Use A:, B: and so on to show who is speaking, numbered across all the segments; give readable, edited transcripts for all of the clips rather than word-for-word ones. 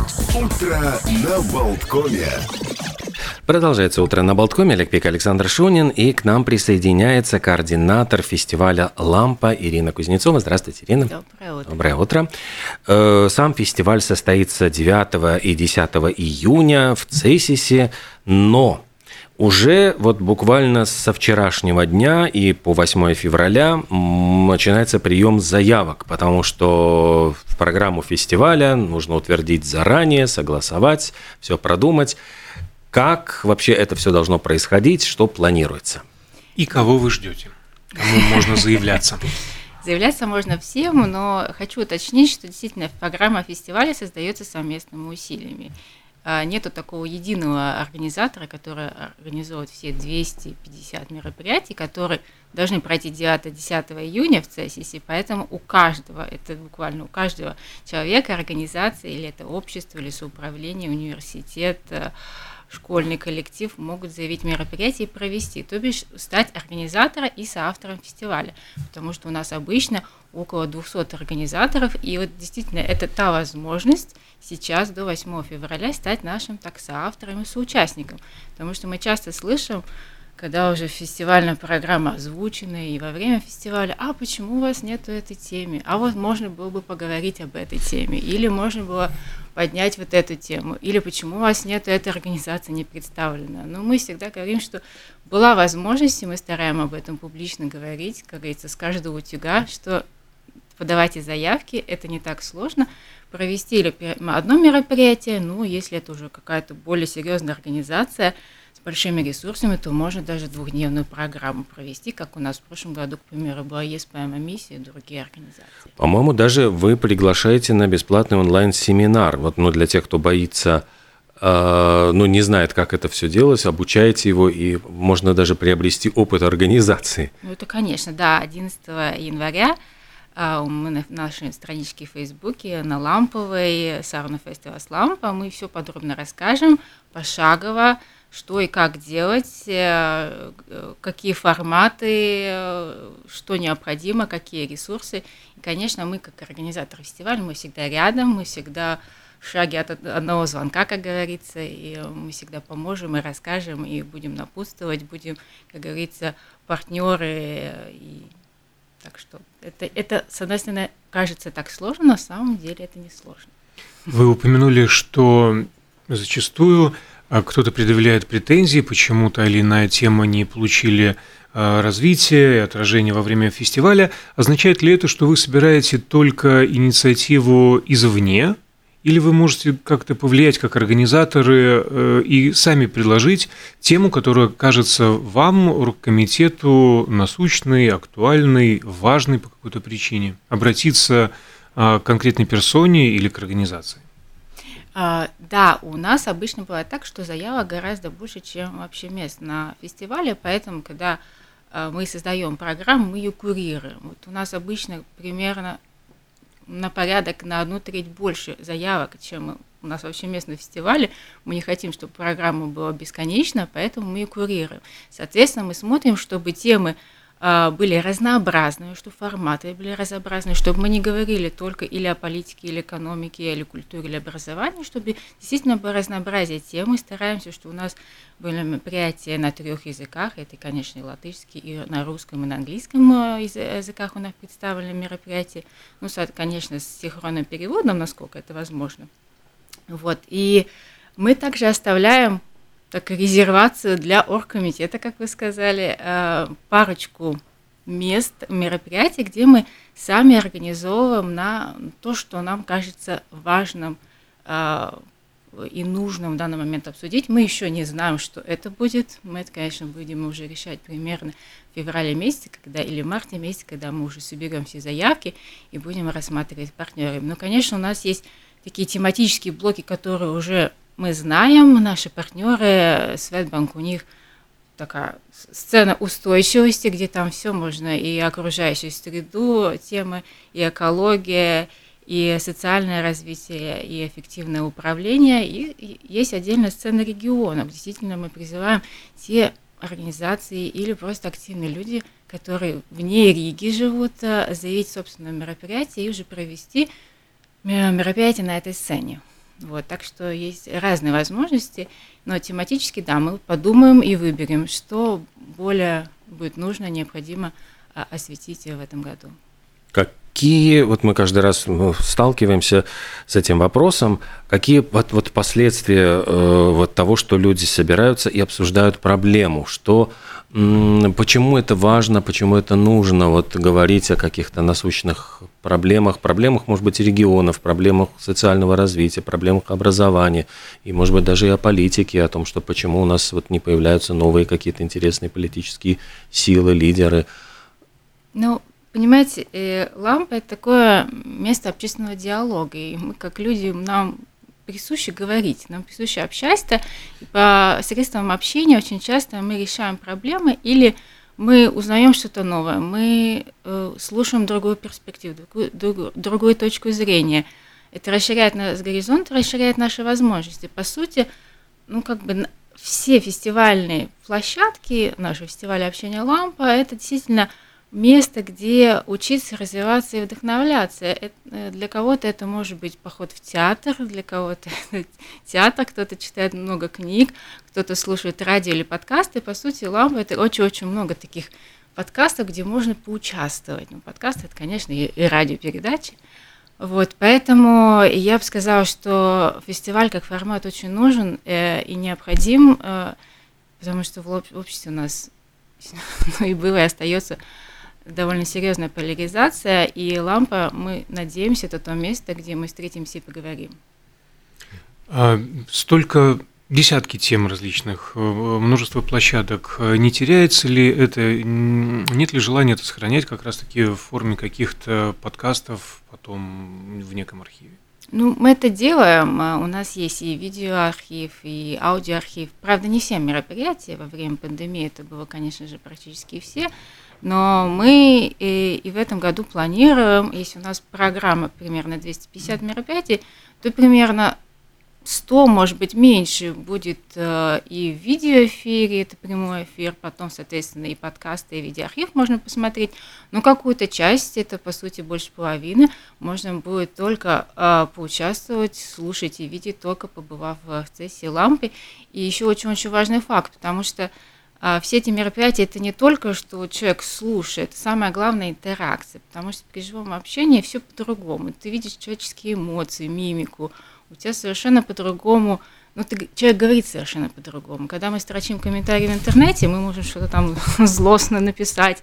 A: Утро на Болткоме.
B: Продолжается «Утро на Болткоме». Олег Пек, Александр Шунин. И к нам присоединяется координатор фестиваля «Лампа» Ирина Кузнецова. Здравствуйте, Ирина.
C: Доброе утро.
B: Доброе утро. Сам фестиваль состоится 9 и 10 июня в Цесисе, но уже вот буквально со вчерашнего дня и по 8 февраля начинается прием заявок, потому что в программу фестиваля нужно утвердить заранее, согласовать, все продумать. Как вообще это все должно происходить, что планируется?
D: И кого вы ждете? Кому можно заявляться?
C: Заявляться можно всем, но хочу уточнить, что действительно программа фестиваля создается совместными усилиями. Нету такого единого организатора, который организует все 250 мероприятий, которые должны пройти 9-10 июня в Цесисе, поэтому у каждого, это буквально у каждого человека, организации, или это общество, или соуправление, университет, школьный коллектив могут заявить мероприятие и провести, то бишь стать организатором и соавтором фестиваля, потому что у нас обычно около 200 организаторов, и вот действительно это та возможность сейчас до 8 февраля стать нашим соавтором и соучастником, потому что мы часто слышим, когда уже фестивальная программа озвучена, и во время фестиваля, почему у вас нету этой темы, вот можно было бы поговорить об этой теме, или можно было поднять вот эту тему, или почему у вас нету этой организации не представлена. Но мы всегда говорим, что была возможность, и мы стараемся об этом публично говорить, как говорится, с каждого утюга, что подавайте заявки, это не так сложно, провести или одно мероприятие, если это уже какая-то более серьезная организация, большими ресурсами, то можно даже двухдневную программу провести, как у нас в прошлом году, к примеру, была ЕСПМ миссия и другие организации.
B: По-моему, даже вы приглашаете на бесплатный онлайн-семинар. Для тех, кто боится, не знает, как это все делать, обучаете его, и можно даже приобрести опыт организации.
C: Это, конечно, да, 11 января мы на нашей страничке в Фейсбуке, на Ламповой, Сауна Фестиваль Лампа, мы все подробно расскажем, пошагово, что и как делать, какие форматы, что необходимо, какие ресурсы. И, конечно, мы, как организатор фестиваля, мы всегда рядом, мы всегда в шаге от одного звонка, как говорится, и мы всегда поможем и расскажем, и будем напутствовать, будем, как говорится, партнеры. Так что это, с одной стороны, кажется так сложно, но на самом деле это не сложно.
D: Вы упомянули, что зачастую кто-то предъявляет претензии, почему та или иная тема не получили развития и отражения во время фестиваля. Означает ли это, что вы собираете только инициативу извне, или вы можете как-то повлиять как организаторы и сами предложить тему, которая кажется вам, оргкомитету, насущной, актуальной, важной по какой-то причине? Обратиться к конкретной персоне или к организации?
C: Да, у нас обычно бывает так, что заявок гораздо больше, чем вообще мест на фестивале, поэтому, когда мы создаем программу, мы ее курируем. У нас обычно примерно на порядок на 1/3 больше заявок, чем у нас вообще мест на фестивале. Мы не хотим, чтобы программа была бесконечна, поэтому мы ее курируем. Соответственно, мы смотрим, чтобы темы были разнообразными, чтобы форматы были разнообразные, чтобы мы не говорили только или о политике, или экономике, или культуре, или образовании, чтобы действительно было разнообразие тем. Мы стараемся, что у нас были мероприятия на 3 языках, это, конечно, и латышский, и на русском, и на английском языках у нас представлены мероприятия, конечно, с синхронным переводом, насколько это возможно. И мы также оставляем резервацию для оргкомитета, как вы сказали, парочку мест, мероприятий, где мы сами организовываем на то, что нам кажется важным и нужным в данный момент обсудить. Мы еще не знаем, что это будет. Мы это, конечно, будем уже решать примерно в феврале месяце, или в марте месяце, когда мы уже соберем все заявки и будем рассматривать партнеров. Но, конечно, у нас есть такие тематические блоки, которые уже мы знаем, наши партнеры, Светбанк, у них такая сцена устойчивости, где там все можно, и окружающую среду, темы, и экология, и социальное развитие, и эффективное управление. И есть отдельная сцена регионов. Действительно, мы призываем те организации или просто активные люди, которые вне Риги живут, заявить собственное мероприятие и уже провести мероприятие на этой сцене. Вот, так что есть разные возможности, но тематически, да, мы подумаем и выберем, что более будет нужно, необходимо осветить в этом году.
B: Какие, вот мы каждый раз сталкиваемся с этим вопросом, какие вот последствия вот того, что люди собираются и обсуждают проблему, что, почему это важно, почему это нужно, вот говорить о каких-то насущных проблемах, может быть, и регионов, проблемах социального развития, проблемах образования, и, может быть, даже и о политике, о том, что почему у нас вот не появляются новые какие-то интересные политические силы, лидеры.
C: Ну, понимаете, лампа – это такое место общественного диалога, и мы, как люди, нам присуще говорить, нам присуще общаться, и по средствам общения очень часто мы решаем проблемы или мы узнаем что-то новое, мы слушаем другую перспективу, другую точку зрения. Это расширяет наш горизонт, расширяет наши возможности. По сути, все фестивальные площадки, наши фестивали общения «Лампа» – это действительно место, где учиться, развиваться и вдохновляться. Для кого-то это может быть поход в театр, для кого-то это театр, кто-то читает много книг, кто-то слушает радио или подкасты. По сути, «Лампа» – это очень-очень много таких подкастов, где можно поучаствовать. Подкасты – это, конечно, и радиопередачи. Вот, поэтому я бы сказала, что фестиваль как формат очень нужен и необходим, потому что в обществе у нас и было, и остается довольно серьезная поляризация, и «Лампа», мы надеемся, это то место, где мы встретимся и поговорим.
D: Столько десятки тем различных, множество площадок. Не теряется ли это, нет ли желания это сохранять как раз-таки в форме каких-то подкастов потом в неком архиве?
C: Мы это делаем, у нас есть и видеоархив, и аудиоархив. Правда, не все мероприятия во время пандемии, это было, конечно же, практически все, но мы и в этом году планируем, если у нас программа примерно 250 мероприятий, то примерно 100, может быть, меньше будет и в видеоэфире, это прямой эфир, потом, соответственно, и подкасты, и видеоархив можно посмотреть, но какую-то часть, это, по сути, больше половины, можно будет только поучаствовать, слушать и видеть, только побывав в сессии «Лампы». И еще очень-очень важный факт, потому что все эти мероприятия – это не только, что человек слушает, это самое главное – интеракция, потому что при живом общении все по-другому. Ты видишь человеческие эмоции, мимику, у тебя совершенно по-другому, человек говорит совершенно по-другому. Когда мы строчим комментарии в интернете, мы можем что-то там злостно написать,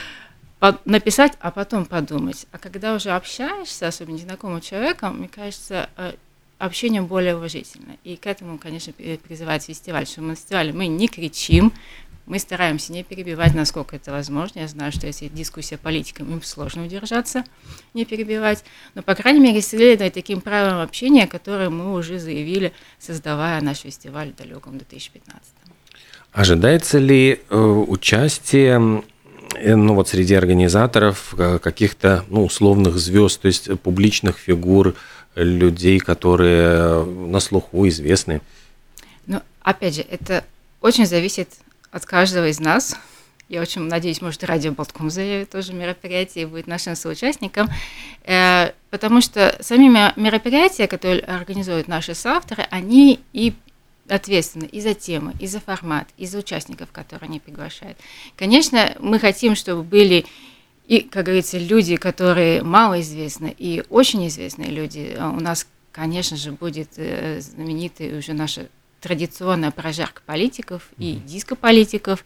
C: а потом подумать. А когда уже общаешься, особенно с незнакомым человеком, мне кажется, общение более уважительно. И к этому, конечно, призывает фестиваль, что на фестивале мы не кричим, мы стараемся не перебивать, насколько это возможно. Я знаю, что если дискуссия политикам, им сложно удержаться, не перебивать. Но, по крайней мере, следовать таким правилам общения, которые мы уже заявили, создавая наш фестиваль в далеком 2015.
B: Ожидается ли участие среди организаторов каких-то условных звезд, то есть публичных фигур, людей, которые на слуху известны?
C: Опять же, это очень зависит от каждого из нас. Я очень надеюсь, может, радио Болтком заявит тоже мероприятие и будет нашим соучастником, потому что сами мероприятия, которые организуют наши соавторы, они и ответственны и за темы, и за формат, и за участников, которые они приглашают. Конечно, мы хотим, чтобы были и, как говорится, люди, которые малоизвестны, и очень известные люди. У нас, конечно же, будет знаменитый уже наша традиционная прожарка политиков и диско-политиков.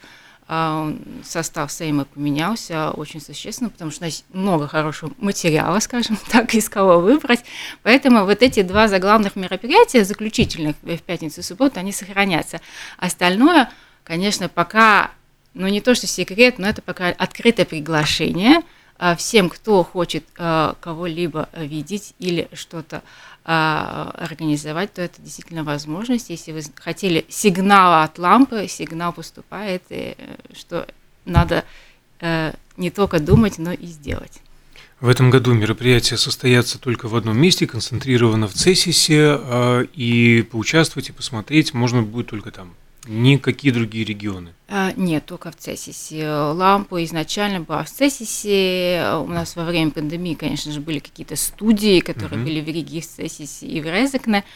C: Состав Сейма поменялся очень существенно, потому что у нас много хорошего материала, скажем так, из кого выбрать. Поэтому вот эти два заглавных мероприятия, заключительных в пятницу и субботу, они сохранятся. Остальное, конечно, пока, не то что секрет, но это пока открытое приглашение всем, кто хочет кого-либо видеть или что-то организовать, то это действительно возможность. Если вы хотели сигнала от лампы, сигнал поступает, что надо не только думать, но и сделать.
D: В этом году мероприятия состоятся только в одном месте, концентрировано в Цесисе, и поучаствовать и посмотреть можно будет только там. Никакие другие регионы?
C: Нет, только в Цесисе. Лампа изначально была в Цесисе. У нас во время пандемии, конечно же, были какие-то студии, которые были в Риге, в Цесисе и в Резекне.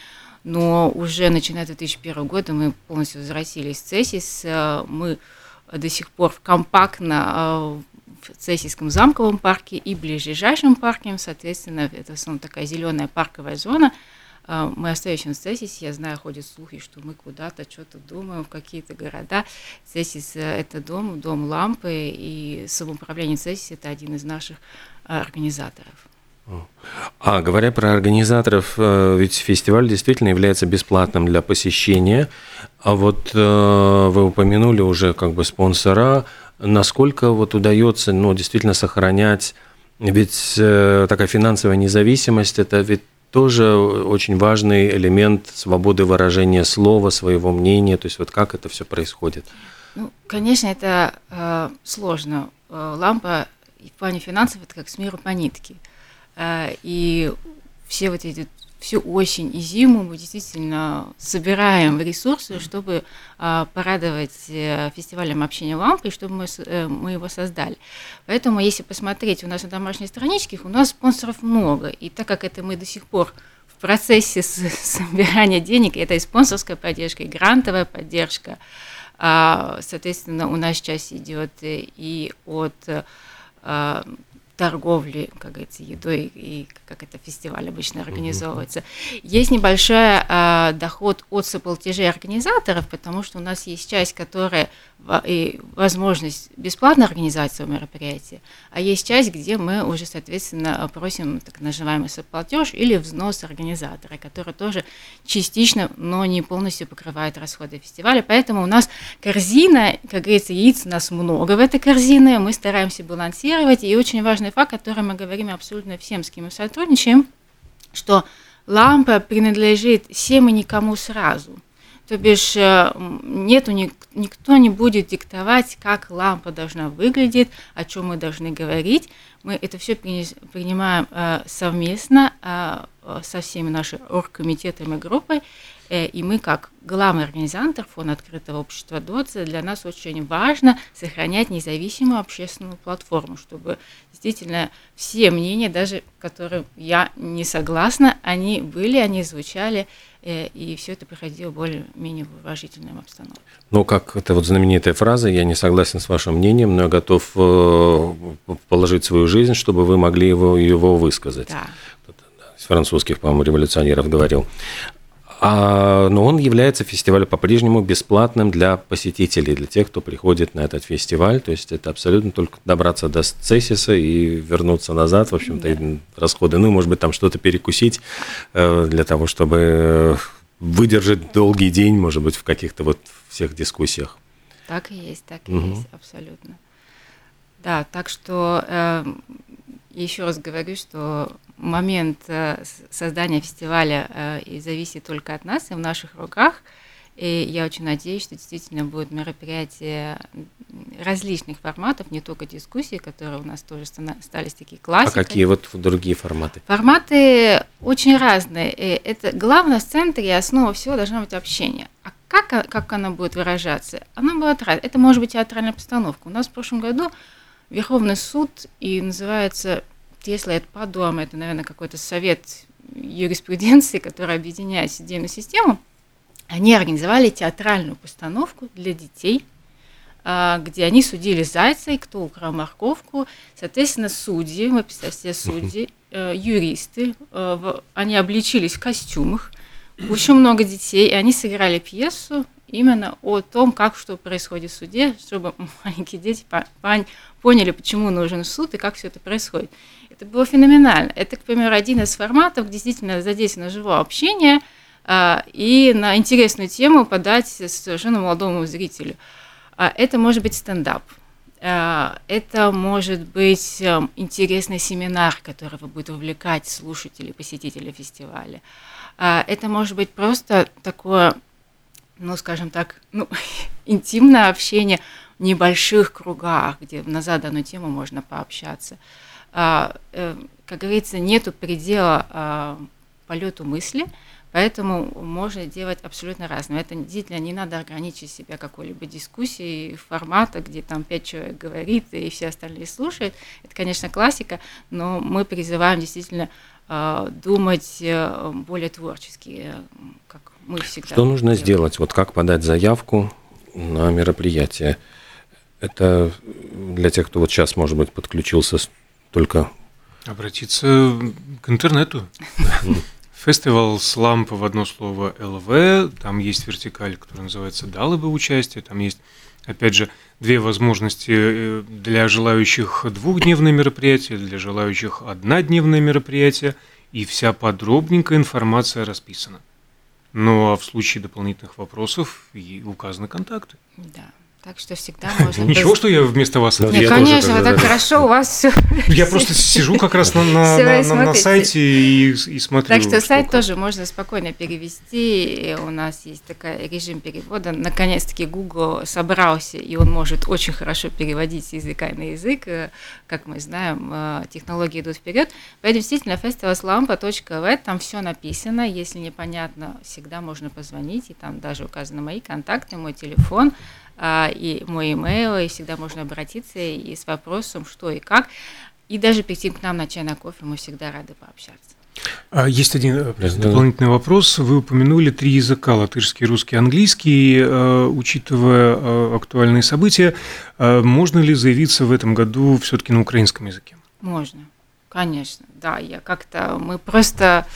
C: но уже начиная с 2001 года мы полностью возвратились в Цесис, мы до сих пор компактно в Цесийском замковом парке и ближайшем парке, соответственно, это в основном такая зеленая парковая зона. Мы остаемся в Цесисе, я знаю, ходят слухи, что мы куда-то что-то думаем, в какие-то города. Цесис – это дом лампы, и самоуправление Цесис – это один из наших организаторов.
B: Говоря про организаторов, ведь фестиваль действительно является бесплатным для посещения. А вот вы упомянули уже как бы спонсора. Насколько вот удается, действительно сохранять, ведь такая финансовая независимость – это ведь тоже очень важный элемент свободы выражения слова, своего мнения. То есть вот как это все происходит?
C: Конечно, это сложно. Лампа в плане финансов – это как с миру по нитке. И всю осень и зиму мы действительно собираем ресурсы, чтобы порадовать фестивалем общения лампы, и чтобы мы его создали. Поэтому, если посмотреть у нас на домашней страничке, у нас спонсоров много. И так как это мы до сих пор в процессе собирания денег, это и спонсорская поддержка, и грантовая поддержка, соответственно, у нас сейчас идет и от торговли, как говорится, едой, и как это фестиваль обычно организовывается. Есть небольшой доход от соплатежей организаторов, потому что у нас есть часть, которая и возможность бесплатной организации мероприятия, а есть часть, где мы уже, соответственно, просим так называемый соплатеж или взнос организатора, который тоже частично, но не полностью покрывает расходы фестиваля. Поэтому у нас корзина, как говорится, яиц у нас много в этой корзине, мы стараемся балансировать, и очень важный факт, который мы говорим абсолютно всем, с кем мы сотрудничаем, что лампа принадлежит всем и никому сразу. То бишь никто не будет диктовать, как лампа должна выглядеть, о чем мы должны говорить. Мы это все принимаем совместно со всеми нашими оргкомитетами и группой. И мы, как главный организатор Фонда открытого общества ДОЦ, для нас очень важно сохранять независимую общественную платформу, чтобы действительно все мнения, даже которые я не согласна, они звучали, и все это проходило более-менее в уважительной обстановке.
B: Как это вот знаменитая фраза: «Я не согласен с вашим мнением, но я готов положить свою жизнь, чтобы вы могли его высказать». Да. Из французских, по-моему, революционеров говорил. Но он является фестивалем по-прежнему бесплатным для посетителей, для тех, кто приходит на этот фестиваль. То есть это абсолютно только добраться до Цесиса и вернуться назад, в общем-то, и расходы. Может быть, там что-то перекусить для того, чтобы выдержать долгий день, может быть, в каких-то вот всех дискуссиях.
C: Так и есть, абсолютно. Да, так что еще раз говорю, что момент создания фестиваля зависит только от нас и в наших руках. И я очень надеюсь, что действительно будут мероприятия различных форматов, не только дискуссии, которые у нас тоже стали такие классикой.
B: А какие вот другие форматы?
C: Форматы очень разные. И это главное в центре, основа всего должно быть общение. А как оно будет выражаться? Оно будет разное. Это может быть театральная постановка. У нас в прошлом году Верховный суд, и называется, если это по дому, это, наверное, какой-то совет юриспруденции, который объединяет судебную систему, они организовали театральную постановку для детей, где они судили зайца, и кто украл морковку. Соответственно, судьи, вы представьте себе, судьи, юристы, они обличились в костюмах, очень много детей, и они сыграли пьесу именно о том, как что происходит в суде, чтобы маленькие дети поняли, почему нужен суд и как все это происходит. Это было феноменально. Это, к примеру, один из форматов, действительно задействовано живое общение и на интересную тему подать совершенно молодому зрителю. Это может быть стендап. Это может быть интересный семинар, который будет увлекать слушателей, посетителей фестиваля. Это может быть просто такое, скажем так, интимное общение в небольших кругах, где на заданную тему можно пообщаться. Как говорится, нету предела полету мысли, Поэтому можно делать абсолютно разное. Это действительно не надо ограничить себя какой-либо дискуссией формата, где там 5 человек говорит и все остальные слушают. Это, конечно, классика, но мы призываем действительно думать более творчески, как мы всегда.
B: Что нужно сделать? Вот как подать заявку на мероприятие? Это для тех, кто вот сейчас, может быть, подключился только...
D: Обратиться к интернету. Фестивал Slamp в одно слово ЛВ, там есть вертикаль, которая называется «Дало бы участие», там есть, опять же, 2 возможности для желающих 2-дневное мероприятие, для желающих 1-дневное мероприятие, и вся подробненькая информация расписана. Ну а в случае дополнительных вопросов и указаны контакты.
C: Да. Так что всегда можно...
D: Ничего, что я вместо вас ответил.
C: Нет, конечно, вы так хорошо, у вас все.
D: Я просто сижу как раз на сайте и смотрю.
C: Так что сайт тоже можно спокойно перевести. У нас есть такой режим перевода. Наконец-таки Google собрался, и он может очень хорошо переводить с языка на язык. Как мы знаем, технологии идут вперед. Поэтому действительно festivalslampa.lv, там все написано. Если непонятно, всегда можно позвонить, и там даже указаны мои контакты, мой телефон, и мой имейл, и всегда можно обратиться и с вопросом, что и как. И даже прийти к нам на чай, на кофе, мы всегда рады пообщаться.
D: Есть один дополнительный вопрос. Вы упомянули 3 языка: латышский, русский, английский. Учитывая актуальные события, можно ли заявиться в этом году все-таки на украинском языке?
C: Можно, конечно. Да, мы просто...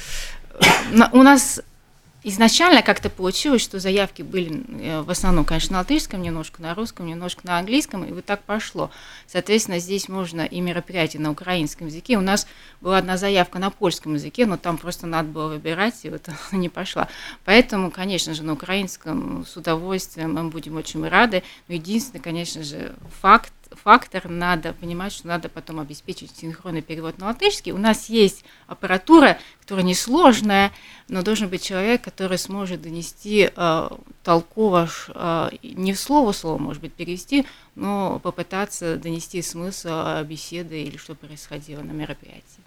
C: У нас... Изначально как-то получилось, что заявки были в основном, конечно, на латышском, немножко на русском, немножко на английском, и вот так пошло. Соответственно, здесь можно и мероприятие на украинском языке. У нас была одна заявка на польском языке, но там просто надо было выбирать, и вот она не пошла. Поэтому, конечно же, на украинском с удовольствием мы будем очень рады. Но единственное, конечно же, фактор, надо понимать, что надо потом обеспечить синхронный перевод на латышский. У нас есть аппаратура, которая несложная, но должен быть человек, который сможет донести толково, не в слово, может быть, перевести, но попытаться донести смысл беседы или что происходило на мероприятии.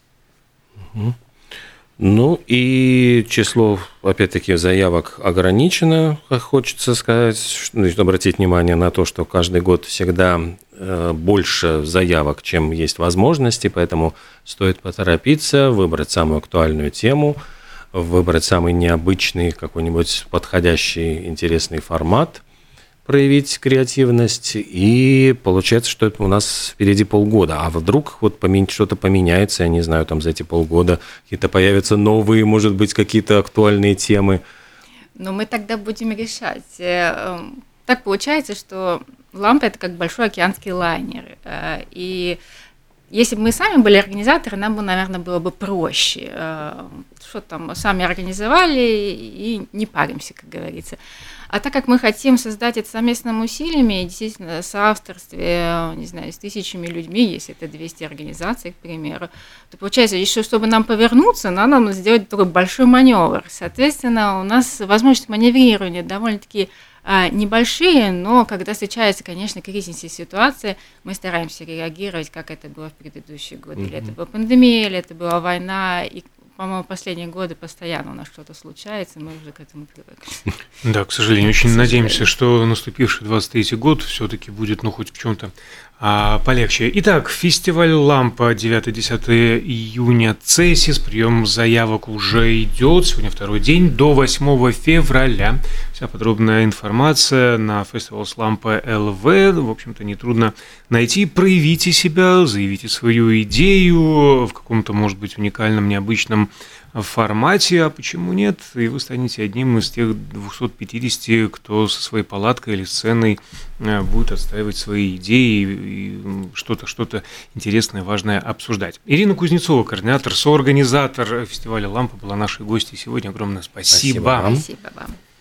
B: Ну и число, опять-таки, заявок ограничено, хочется сказать, обратить внимание на то, что каждый год всегда больше заявок, чем есть возможности, поэтому стоит поторопиться, выбрать самую актуальную тему, выбрать самый необычный, какой-нибудь подходящий, интересный формат, проявить креативность, и получается, что это у нас впереди полгода. А вдруг вот что-то поменяется, я не знаю, там за эти полгода какие-то появятся новые, может быть, какие-то актуальные темы.
C: Но мы тогда будем решать. Так получается, что Лампа – это как большой океанский лайнер. И если бы мы сами были организаторы, нам бы, наверное, было бы проще. Что там, сами организовали и не паримся, как говорится. А так как мы хотим создать это совместными усилиями, действительно, в соавторстве, не знаю, с тысячами людьми, если это 200 организаций, к примеру, то получается, еще чтобы нам повернуться, надо сделать такой большой маневр. Соответственно, у нас возможности маневрирования довольно-таки небольшие, но когда встречается, конечно, кризисная ситуация, мы стараемся реагировать, как это было в предыдущие годы. Или это была пандемия, или это была война, и, по-моему, последние годы постоянно у нас что-то случается, мы уже к этому привыкли. Да,
D: к сожалению, очень надеемся, что наступивший 23-й год все-таки будет, хоть в чем-то полегче. Итак, фестиваль «Лампа» 9-10 июня, Цесис, прием заявок уже идет, сегодня 2-й день, до 8 февраля. Вся подробная информация на festivalslampa.lv, в общем-то, нетрудно найти. Проявите себя, заявите свою идею в каком-то, может быть, уникальном, необычном формате, а почему нет? И вы станете одним из тех 250, кто со своей палаткой или сценой будет отстаивать свои идеи и что-то интересное, важное обсуждать. Ирина Кузнецова, координатор, соорганизатор фестиваля «Лампа», была нашей гостьей сегодня. Огромное спасибо.
C: Спасибо вам.